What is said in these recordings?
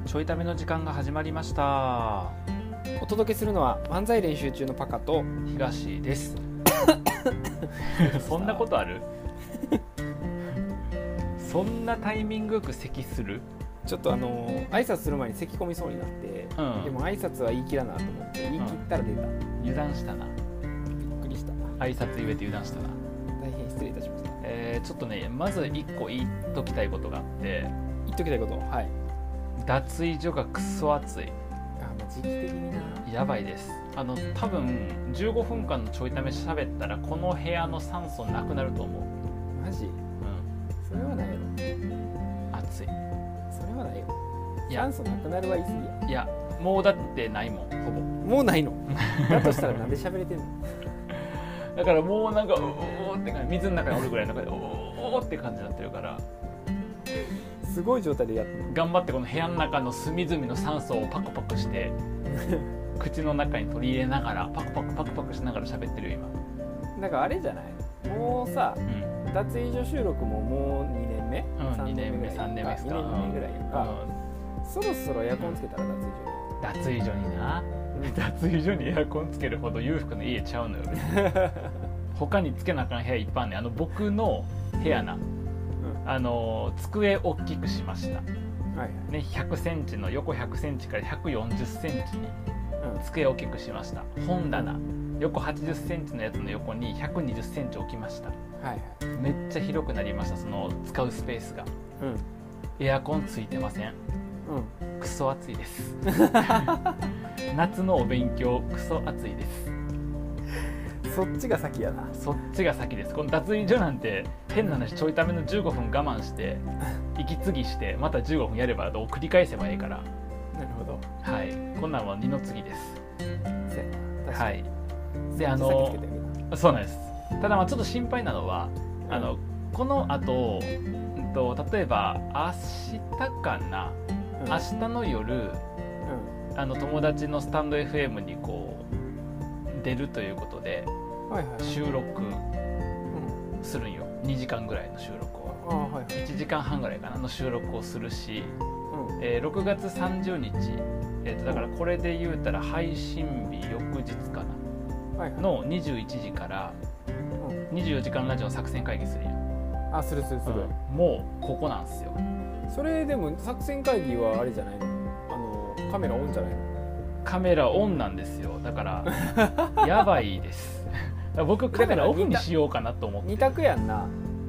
ちょいための時間が始まりました。 お届けするのは漫才練習中のパカと東ですそんなことあるそんなタイミングよく咳する？ ちょっと挨拶する前に咳込みそうになって、でも挨拶は言い切らなと思って言い切ったら出た、 油断したな。 びっくりした。 挨拶言えて油断したな。 大変失礼いたしました。 ちょっとね、まず1個言っときたいことがあって。 言っときたいこと、はい。 脱衣所がクソ暑い。 もう時期的になやばいです。多分15分間のちょいため喋ったらこの部屋の酸素なくなると思う。 マジ？それはないよ。 暑い。 それはないよ。酸素なくなるは言い過ぎや。 いや、もうだってないもん、ほぼ。 もうないの？だとしたらなんで喋れてんの？ だからもうなんかおーって感じ、水の中におるぐらいの中でおーって感じになってるから、 すごい状態でやってる。 頑張ってこの部屋の中の隅々の酸素をパクパクして口の中に取り入れながらパクパクしながら喋ってるよ今。 なんかあれじゃない？もうさ、脱衣所収録ももう2年目、 2年目3年目ですか。 2年目ぐらいやんか、そろそろエアコンつけたら脱衣所にな、脱衣所にエアコンつけるほど裕福な家ちゃうのよ他につけなあかん部屋いっぱいあんねん。僕の部屋な、机大きくしました、ね、100センチの横100センチから140センチに机を大きくしました。本棚横80センチのやつの横に120センチ置きました、めっちゃ広くなりました。その使うスペースが、エアコンついてません、クソ暑いです夏のお勉強クソ暑いです。 そっちが先やな。 そっちが先です。この脱衣所なんて変な話ちょいための15分我慢して息継ぎしてまた15分やれば繰り返せばいいから。 なるほど。 はい、こんなんは二の次です。はい。でそうなんです。ただちょっと心配なのは、この後、例えば明日かな、明日の夜、友達のスタンド FM にこう出るということで、収録するんよ。2時間ぐらいの収録を、1時間半ぐらいかなの収録をするし、6月30日、だからこれで言うたら配信日翌日かな、の21時から24時間ラジオの作戦会議するやん。 する、 もうここなんですよ。 それでも作戦会議はあれじゃないの？カメラオンじゃないの？ カメラオンなんですよ。だからやばいです僕カメラオフにしようかなと思って 2択やんな、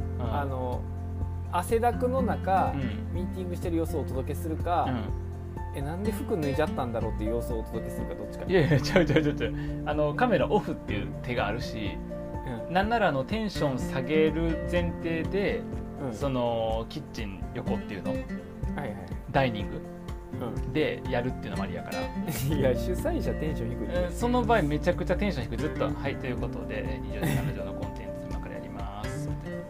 汗だくの中、ミーティングしてる様子をお届けするか、なんで服脱いじゃったんだろうっていう様子をお届けするか、どっちか。 いやちゃうカメラオフっていう手があるし、なんならテンション下げる前提で、そのキッチン横っていうの、ダイニングでやるっていうのもありやからいや主催者テンション低い、 その場合めちゃくちゃテンション低い。ずっとはいということで24時間ラジオのコンテンツ今からやります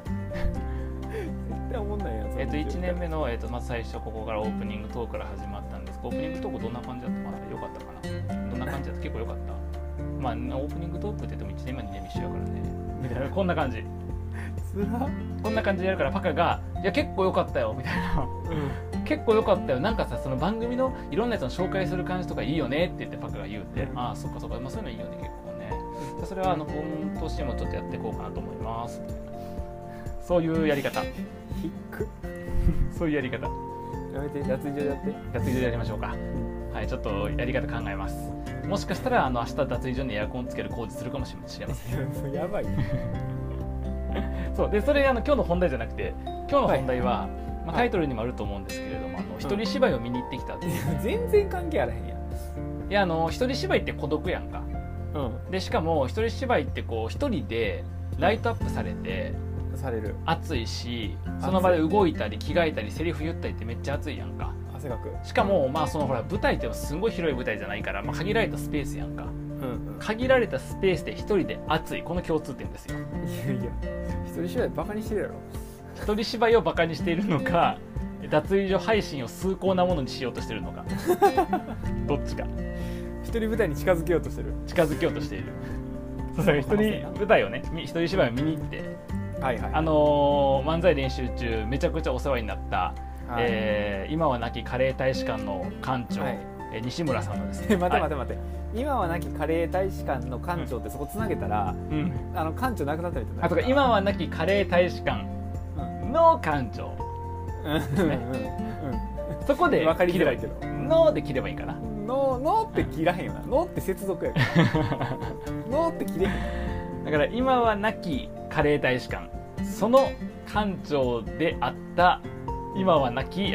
絶対思んないやん。 1年目の、最初ここからオープニングトークから始まったんですが、オープニングトークどんな感じだったかな。よかったかな。どんな感じだった？結構よかった。オープニングトークって言っても1年目2年目一緒やからねみたいな、こんな感じこんな感じでやるから、パカがいや結構よかったよみたいな、結構良かったよ、なんかさ、その番組のいろんなやつの紹介する感じとかいいよねって言ってパカが言うて、そっかそっか、そういうのいいよね結構ね。それは今年もちょっとやっていこうかなと思いますみたいな、そういうやり方そういうやり方やめて、脱衣所でやって。 脱衣所でやりましょうか。はい、ちょっとやり方考えます。もしかしたら明日脱衣所にエアコンつける工事するかもしれません。 やばいそうで、それ今日の本題じゃなくて、今日の本題は、タイトルにもあると思うんですけれども、一人芝居を見に行ってきたっていう。 全然関係あらへんやん。 いや、一人芝居って孤独やんか、でしかも一人芝居ってこう一人でライトアップされて、暑いし、その場で動いたり着替えたりセリフ言ったりってめっちゃ暑いやんか。 汗かく。しかもそのほら舞台ってすごい広い舞台じゃないから、限られたスペースやんか、限られたスペースで一人で暑い、この共通点ですよ。いや一人芝居バカにしてるやろ。 一人芝居をバカにしているのか、脱衣所配信を崇高なものにしようとしているのかどっちか。 一人舞台に近づけようとしてる。 そう、一人舞台をね、一人芝居を見に行って、漫才練習中めちゃくちゃお世話になった、 今は亡きカレー大使館の館長、西村さんのですね待って今は亡きカレー大使館の館長ってそこつなげたら、館長なくなったみたいな。 とか今は亡きカレー大使館の館長、そこで分かりづらいけどノーで切ればいいかな。 ノーって切らへんよな。ノーって接続やからノーって切れへん。 だから今は亡きカレー大使館その館長であった今は亡き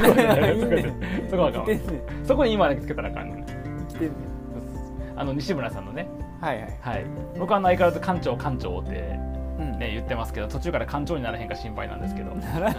そこに今は亡きつけたらあかんねん。西村さんのね、僕は相変わらず館長ってね言ってますけど、途中から館長にならへんか心配なんですけど、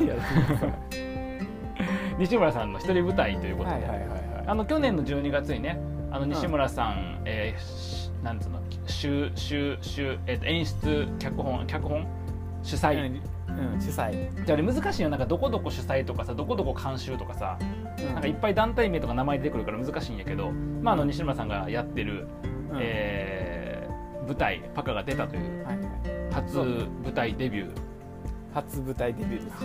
西村さんの一人舞台ということで、去年の12月にね西村さん、なんつうの演出脚本主催、 主催であれ難しいよ。なんかどこどこ主催とかさ、どこどこ監修とかさ、なんかいっぱい団体名とか名前出てくるから難しいんやけど、西村さんがやってる、舞台パカが出たという、初舞台デビューです。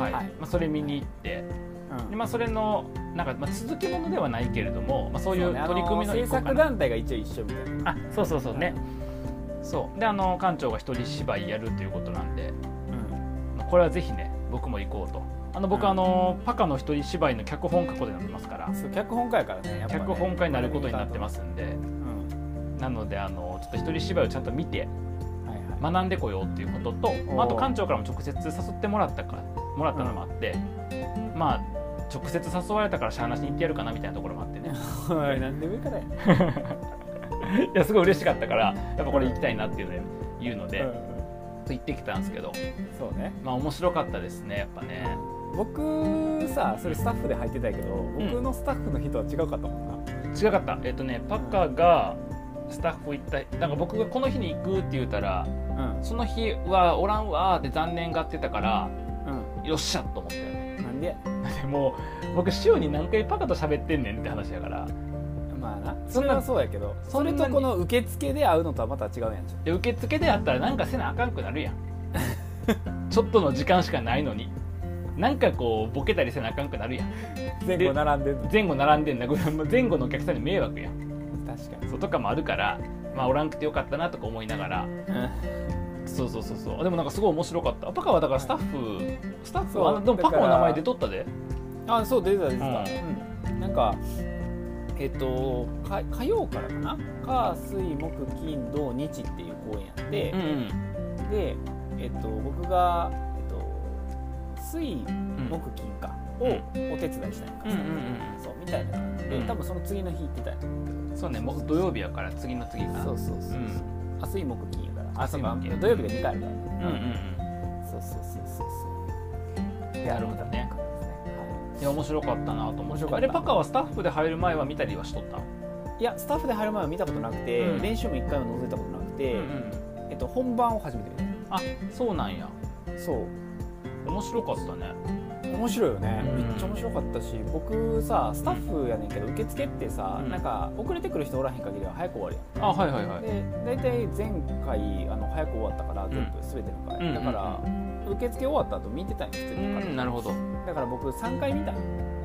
それ見に行って、でそれのなんか、続きものではないけれども、そういう取り組みの制作団体が一応一緒みたいな。 そうね。そうで館長が一人芝居やるということなんで、これはぜひね僕も行こうと。僕パカの一人芝居の脚本家こでなってますから。 脚本家やからね。やっぱね脚本家になることになってますんで、なのでちょっと一人芝居をちゃんと見て学んでこようっていうことと、あと館長からも直接誘ってもらったのもあって、直接誘われたからしゃあなしに行ってやるかなみたいなところもあってねなんで上からやいやすごい嬉しかったからやっぱこれ行きたいなっていうので、行ってきたんですけど、 そうね、 面白かったですねやっぱね。 僕さそれスタッフで入ってたけど、僕のスタッフの人は違うかったもんな。 違かった。パカがスタッフ行った、なんか僕がこの日に行くって言ったら、その日はおらんわーって残念がってたから、よっしゃと思ったよね。 なんでもう僕週に何回パカと喋ってんねんって話やから。 それはそうやけど、それとこの受付で会うのとはまた違うやん。 で受付で会ったらなんかせなあかんくなるやんちょっとの時間しかないのになんかこうボケたりせなあかんくなるやん。 前後並んでんの。 前後並んでんだ。前後のお客さんに迷惑やん。 確かに。 そうとかもあるから、おらんくてよかったなとか思いながら、そうでもなんかすごい面白かった。パカはだからスタッフはでもパカの名前出とったで。 そう出てた、なんか火曜からかな、火水木金土日っていう公演やって、で僕が水木金かをお手伝いしたいんかそうみたいな感じで、多分その次の日行ってたんやと思うけど。 そうね、もう土曜日やから次の次かな。 そう水木金やから土曜日が2回あるからそうなるほどね。いや面白かったなと思って。あれパカはスタッフで入る前は見たりはしとった？ いやスタッフで入る前は見たことなくて、練習も1回も覗いたことなくて、本番を初めて見た。 そうなんや。 そう面白かったね。 面白いよね、めっちゃ面白かったし、僕さスタッフやねんけど受付ってさ、なんか遅れてくる人おらへん限りは早く終わるやん。で大体前回早く終わったから全部全ての回、だから受付終わった後見てたんよ普通に。 なるほど。 だから僕3回見た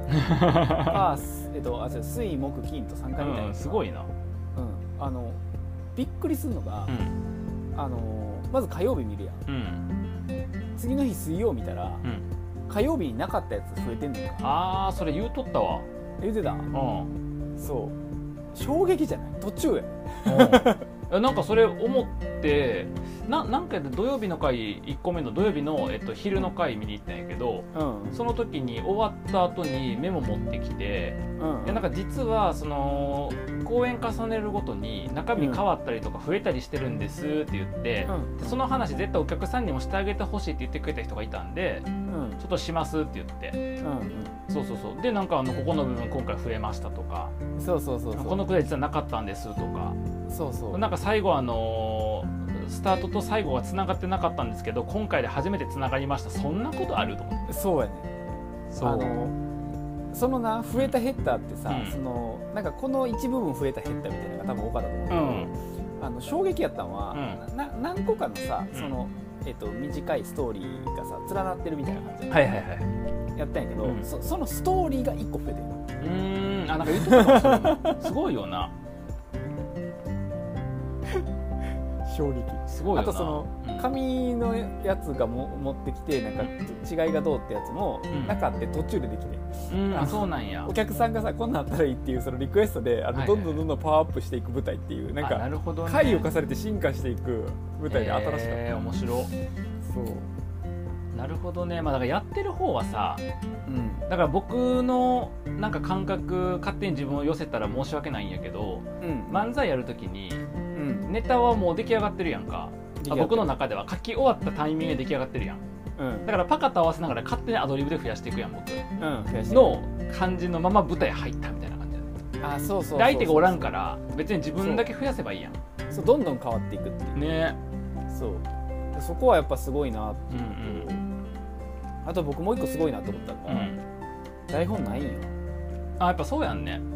水木金と3回見た。 すごいな。 びっくりするのが、まず火曜日見るやん、次の日水曜見たら、火曜日になかったやつ増えてんねんか。 それ言うとったわ。 言うてた。そう衝撃じゃない？途中やなんかそれ思ってなんか土曜日の回1個目の土曜日の、昼の回見に行ったんやけど、その時に終わった後にメモ持ってきて、なんか実はその公演重ねるごとに中身変わったりとか増えたりしてるんですって言って、その話絶対お客さんにもしてあげてほしいって言ってくれた人がいたんで、ちょっとしますって言って、そうでなんかここの部分今回増えましたとか、このくらい実はなかったんですとか、なんか最後スタートと最後がつながってなかったんですけど今回で初めてつながりました。そんなことあると思って。 そうやね。その増えた減ったってさ、なんかこの一部分増えた減ったみたいなのが多分多かったと思うけど、衝撃やったのは、何個かのさ短いストーリーがさ連なってるみたいな感じやったんやけど、そのストーリーが1個増えてる。 なんか言ってたかもしれない。すごいよな。 衝撃。 すごいよな。 あとその紙のやつが持ってきてなんか違いがどうってやつも中って途中でできる。 そうなんや。 お客さんがさこんなんあったらいいっていうそのリクエストでどんどんパワーアップしていく舞台っていうなんか回を重ねて進化していく舞台で新しかった。 面白。そうなるほどね。まあだからやってる方はさ、だから僕のなんか感覚勝手に自分を寄せたら申し訳ないんやけど、漫才やるときにネタはもう出来上がってるやんか。僕の中では書き終わったタイミングで出来上がってるやん。だからパカと合わせながら勝手にアドリブで増やしていくやん僕、の感じのまま舞台入ったみたいな感じだね。そうそう。相手がおらんから別に自分だけ増やせばいいやん。 そうどんどん変わっていくっていうね。 そこはやっぱすごいなっていう。あと僕もう一個すごいなと思ったのが、台本ないんよ。 やっぱそうやんね。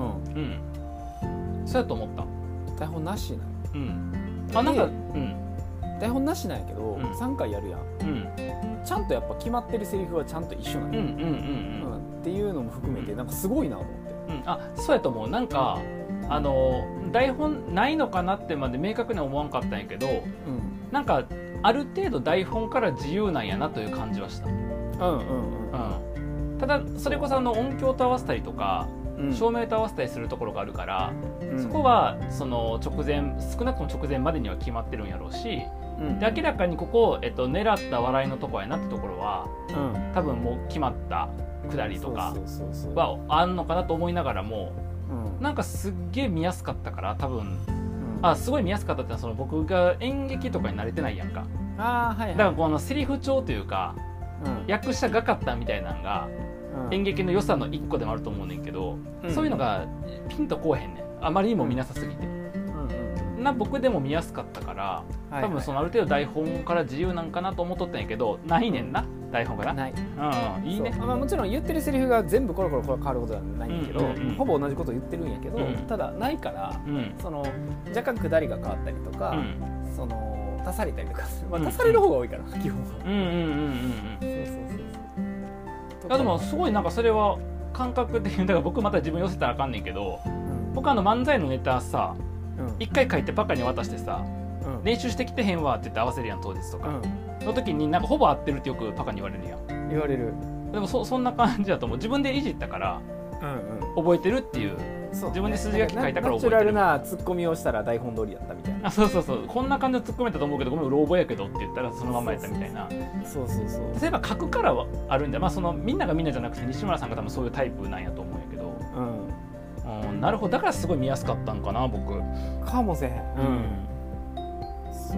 そうやと思った。 台本なしなの。なんか台本なしなんやけど、3回やるやん、ちゃんとやっぱ決まってるセリフはちゃんと一緒なんやっていうのも含めてなんかすごいなと思って、 そうやと思う。なんか台本ないのかなってまで明確には思わんかったんやけど、なんかある程度台本から自由なんやなという感じはした。ただそれこそ音響と合わせたりとか、照明と合わせたりするところがあるから、そこはその直前少なくとも直前までには決まってるんやろうし、で明らかにここ、狙った笑いのとこやなってところは、多分もう決まったくだりとかはあんのかなと思いながらも、なんかすっげえ見やすかったから多分、すごい見やすかったってのはその僕が演劇とかに慣れてないやんか。だからこのセリフ帳というか、役者がかったみたいなのが演劇の良さの一個でもあると思うねんけど、そういうのがピンとこうへんねん。あまりにも見なさすぎて、僕でも見やすかったから、多分そのある程度台本から自由なんかなと思っとったんやけど、ないねんな台本がな。ない。いいね。 もちろん言ってるセリフが全部コロコロ変わることはないんだけど、ほぼ同じこと言ってるんやけど、ただないから、その若干下りが変わったりとか、その足されたりとか、足される方が多いから基本は。 でもすごいなんかそれは感覚的に、だから僕また自分寄せたらあかんねんけど、僕漫才のネタさ、一回書いてパカに渡してさ、練習してきてへんわって言って合わせるやん当日とか、の時になんかほぼ合ってるってよくパカに言われるやん。 言われる。 でもそんな感じだと思う。自分でいじったから覚えてるっていう、自分で筋書き書いたから覚えてる。ナチュラルなツッコミをしたら台本通りやったみたいな。 そうこんな感じでツッコめたと思うけどごめんうろ覚えやけどって言ったらそのままやったみたいな。例えば書くからはあるんで、そのみんながみんなじゃなくて西村さんが多分そういうタイプなんやと思うんやけど、なるほど。だからすごい見やすかったんかな僕。 かもせへん。そん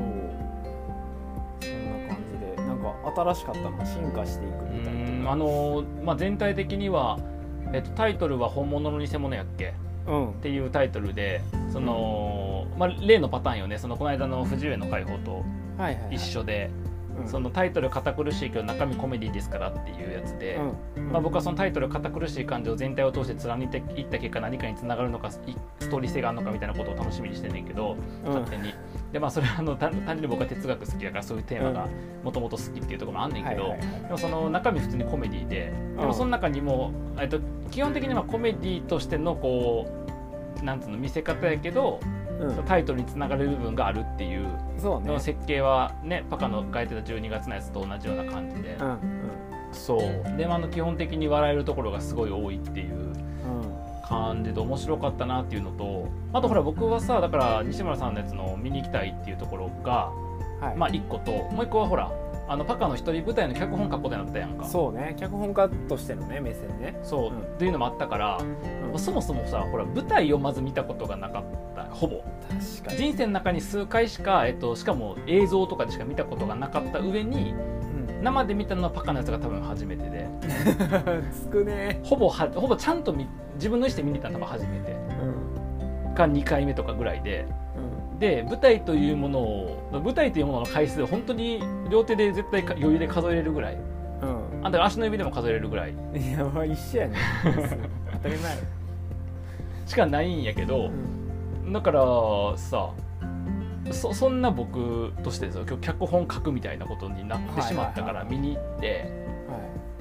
な感じでなんか新しかったのが進化していくみたいな。 全体的には、タイトルは本物の偽物やっけ、っていうタイトルで、その、例のパターンよね。そのこの間の不自由の解放と一緒で、そのタイトル堅苦しいけど中身コメディですからっていうやつで、僕はそのタイトル堅苦しい感情全体を通して貫いていった結果何かにつながるのかストーリー性があるのかみたいなことを楽しみにしてんねんけど、勝手に。でそれは単純に僕は哲学好きだからそういうテーマがもともと好きっていうところもあんねんけど、でもその中身普通にコメディで、でもその中にも、基本的にはコメディとしてのこうなんつうの見せ方やけど、タイトルにつながる部分があるっていうの設計はね、パカの書いてた12月のやつと同じような感じで、そうで基本的に笑えるところがすごい多いっていう感じで面白かったなっていうのと、あとほら僕はさ、だから西村さんのやつの見に行きたいっていうところが、1個と、もう1個はほらパカの一人舞台の脚本書くことになったやんか。 そうね、脚本家としてのね目線ね。 そう、っていうのもあったから、そもそもさほら舞台をまず見たことがなかった、ほぼ。 確かに人生の中に数回しか、しかも映像とかでしか見たことがなかった上に、生で見たのはパカのやつが多分初めてでつくね。 ほぼちゃんと自分の意思で見に行ったのが初めて、か2回目とかぐらいで、で舞台というものの回数を本当に両手で絶対余裕で数えれるぐらい、あんた足の指でも数えれるぐらい、いや一緒やね当たり前しかないんやけど、だからさ、そんな僕として今日脚本書くみたいなことになってしまったから見に行って、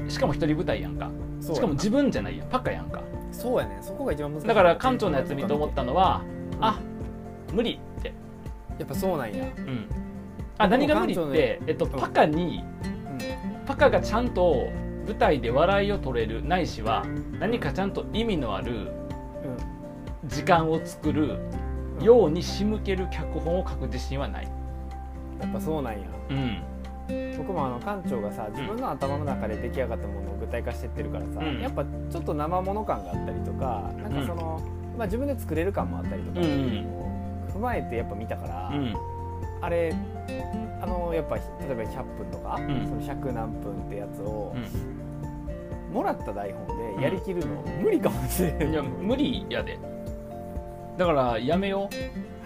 しかも一人舞台やんか。しかも自分じゃないやん、パカやんか。 そうやね、そこが一番難しい。 だから館長のやつ見て思ったのは、あ、無理って。 やっぱそうなんや。 何が無理って、パカに、パカがちゃんと舞台で笑いを取れる、ないしは何かちゃんと意味のある時間を作るように仕向ける脚本を書く自信はない。 やっぱそうなんや。僕も館長がさ、自分の頭の中で出来上がったものを具体化してってるからさ、やっぱちょっと生もの感があったりとか、なんかその、自分で作れる感もあったりとか、踏まえてやっぱ見たから、あれやっぱ例えば100分とか、その100何分ってやつを、もらった台本でやりきるの、無理かもしれん。 いや無理やで。だからやめよう。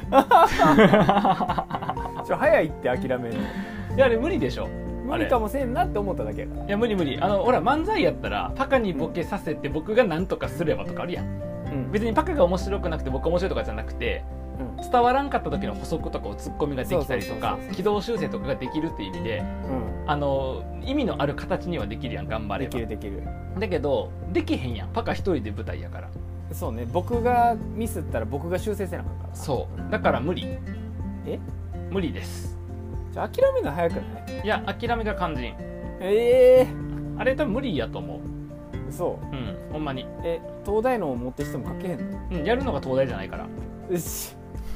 早いって諦めるの。 いやあれ無理でしょ。 無理かもせんなって思っただけやから。 いや無理無理。ほら漫才やったらパカにボケさせて僕が何とかすればとかあるやん。別にパカが面白くなくて僕が面白いとかじゃなくて、伝わらんかった時の補足とかをツッコミができたりとか軌道修正とかができるっていう意味で、意味のある形にはできるやん、頑張れば。 できる。 だけどできへんやん、パカ一人で舞台やから。 そうね、僕がミスったら僕が修正せなあかんから。 そうだから無理。無理です。 じゃあ諦めるの早くない？ いや諦めが肝心。あれ多分無理やと思う。 そう。 ほんまに。 東大のを持ってしても書けへんの？ やるのが東大じゃないから。 よし。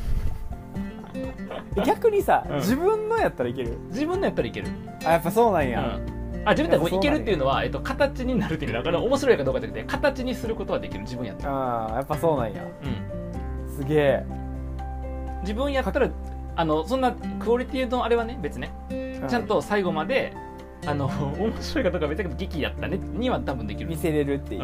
逆にさ、自分のやったらいける？ 自分のやったらいける。 やっぱそうなんや。 自分でいけるっていうのは、形になるっていうのは、だから面白いかどうかじゃなくて形にすることはできる、自分やったら。 やっぱそうなんや。すげえ。 自分やったらそんなクオリティのあれはね別ね、ちゃんと最後まで面白いかどうかは別だけど劇やったねには多分できる、 見せれるっていう、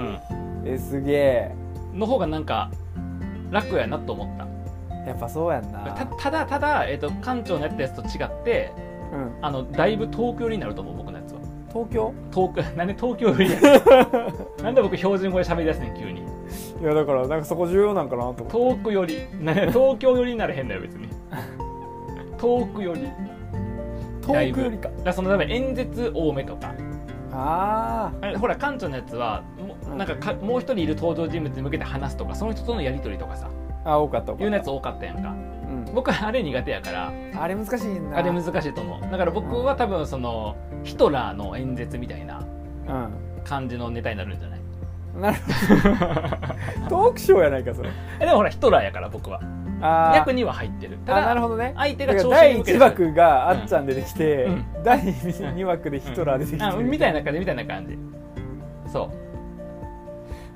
すげえの方がなんか楽やなと思った。 やっぱそうやんな。 ただ館長のやったやつと違って、だいぶ遠く寄りになると思う、僕のやつは。なんで東京寄りやねん。なんで僕標準語で喋り出すねん急に。 いやだからなんかそこ重要なんかなと思って。 遠く寄り、東京寄りになれへんだよ別に。遠く寄り。 遠く寄りか。 だそのため演説多めとか。ほら館長のやつはなんかもう一人いる登場人物に向けて話すとか、その人とのやり取りとかさ。 多かった。 いうやつ多かったやんか。僕はあれ苦手やから。 あれ難しいんだ。 あれ難しいと思う。だから僕は多分そのヒトラーの演説みたいな感じのネタになるんじゃない？ なるほど。トークショーやないかそれ。 でもほらヒトラーやから僕は。役には入ってる。 ただなるほどね。 相手が調子第1枠があっちゃん出てきて、第2枠でヒトラー出てきてみたいな感じ。そう。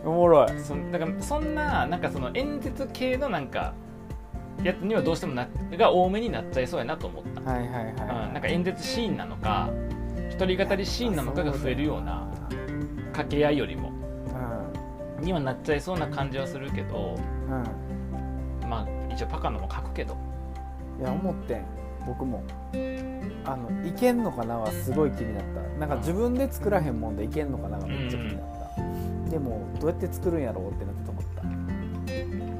おもろい。 だからそんななんかその演説系のなんかやつにはどうしてもが多めになっちゃいそうやなと思った。なんか演説シーンなのか一人語りシーンなのかが増えるような掛け合いよりもにはなっちゃいそうな感じはするけど、まあ一応パカのも書くけど。 いや思ってん、僕もいけんのかなはすごい気になった。なんか自分で作らへんもんでいけんのかながめっちゃ気になった。でもどうやって作るんやろうってなってと思った。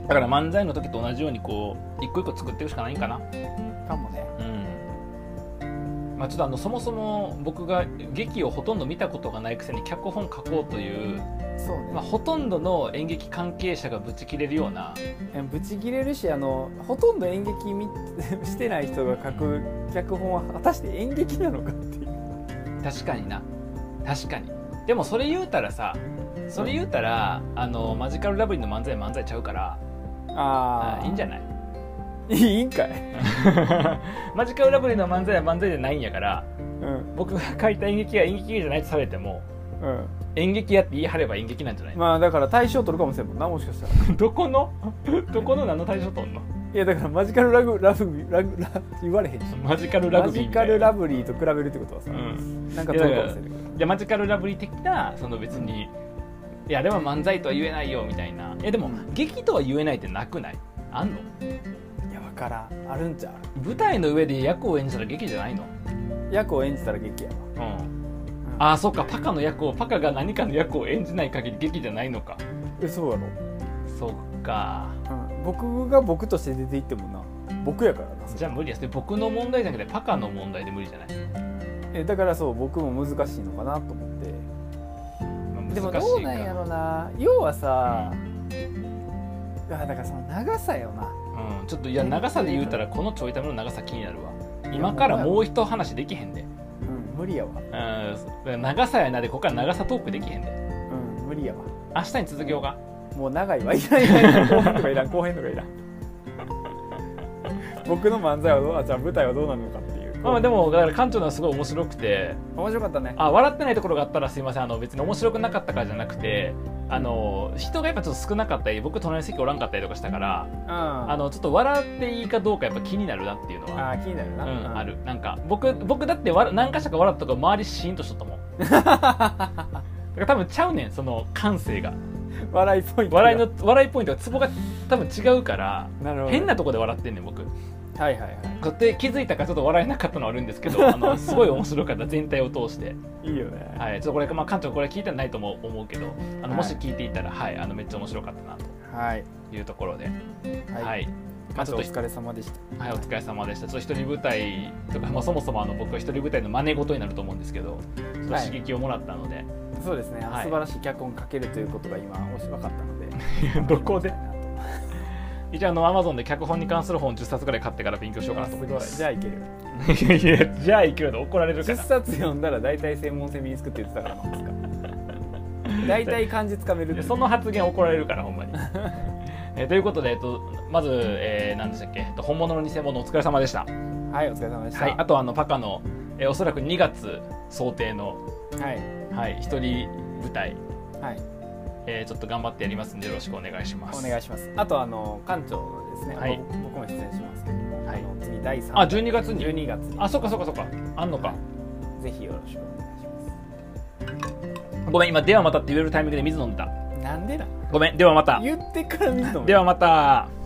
だから漫才の時と同じようにこう一個一個作っていくしかないんかな。 かもね。 まあ、ちょっとそもそも僕が劇をほとんど見たことがないくせに脚本書こうという、 そうね、 ほとんどの演劇関係者がブチ切れるような。 ブチ切れるしほとんど演劇してない人が書く脚本は果たして演劇なのかっていう。 確かにな。確かに。でもそれ言うたらさ、マジカルラブリーの漫才ちゃうから、いいんじゃない？ いいんかい。 マジカルラブリーの漫才は漫才じゃないんやから、僕が書いた演劇が演劇じゃないとされても、演劇やって言い張れば演劇なんじゃない？ まあだから大賞取るかもしれんもんな、もしかしたら。 どこの何の大賞取んの？ いやだからマジカルラブリー言われへんし、 マジカルラブリーと比べるってことはさ、なんか取るかもしれない。 いやマジカルラブリー的なその別に、いやあれは漫才とは言えないよみたいな。でも劇とは言えないってなくない？あんの？ いやわからん、あるんちゃう？ 舞台の上で役を演じたら劇じゃないの？ 役を演じたら劇やわ。そっか、パカが何かの役を演じない限り劇じゃないのか。 そうやろ。 そっか、 僕が僕として出ていってもな、僕やからな。 じゃあ無理やす。僕の問題じゃなくてパカの問題で無理じゃない？ だからそう、僕も難しいのかなと思って。 でもどうなんやろな、要はさ、だからその長さよな。 ちょっといや長さで言うたらこのちょいための長さ気になるわ。今からもう一話できへんで。 無理やわ。 長さやなでここから長さトークできへんで。 無理やわ。 明日に続きようか。 もう長いわ。いらん後編とかいらん後編とかいらん。僕の漫才はどうじゃあ舞台はどうなるのかっていう。 でもだから館長のはすごい面白くて。 面白かったね。 笑ってないところがあったらすいません。別に面白くなかったからじゃなくて。人がやっぱちょっと少なかったり僕隣の席おらんかったりとかしたから、ちょっと笑っていいかどうかやっぱ気になるなっていうのは気になるな、 ある。なんか僕だって何か所か笑ったとか周りシーンとしとったもんだから多分ちゃうねんその感性が笑いポイントがツボが多分違うから変なとこで笑ってんねん僕。 はいはいはい。 で気づいたからちょっと笑えなかったのはあるんですけどすごい面白かった全体を通していいよね。 はい、ちょっとこれ館長これ聞いてないと思うけどもし聞いていたらめっちゃ面白かったなというところではいちょっとお疲れ様でした。 はいお疲れ様でした。ちょっと一人舞台とか、そもそも僕は一人舞台の真似事になると思うんですけどちょっと刺激をもらったので、 そうですね、素晴らしい脚本書けるということが今分かったのでどこで一応Amazonで脚本に関する本10冊ぐらい買ってから勉強しようかなと思います。 じゃあいけるいやじゃあいけるの怒られるから。 10冊読んだら大体専門性身につくって言ってたからなんですか大体漢字つかめるその発言怒られるからほんまにということで、まず、何でしたっけ、本物の偽物お疲れ様でした。 はいお疲れ様でした。 あとパカの、おそらく2月想定の一人舞台、ちょっと頑張ってやりますんでよろしくお願いします。 お願いします。あと館長ですね、僕も出演しますけども、次第3 弾12月に 12月にそっかあんのか、 ぜひよろしくお願いします。 ごめん今ではまたって言えるタイミングで水飲んだ。 なんでだ。 ごめんではまた言ってから水飲む。 ではまた。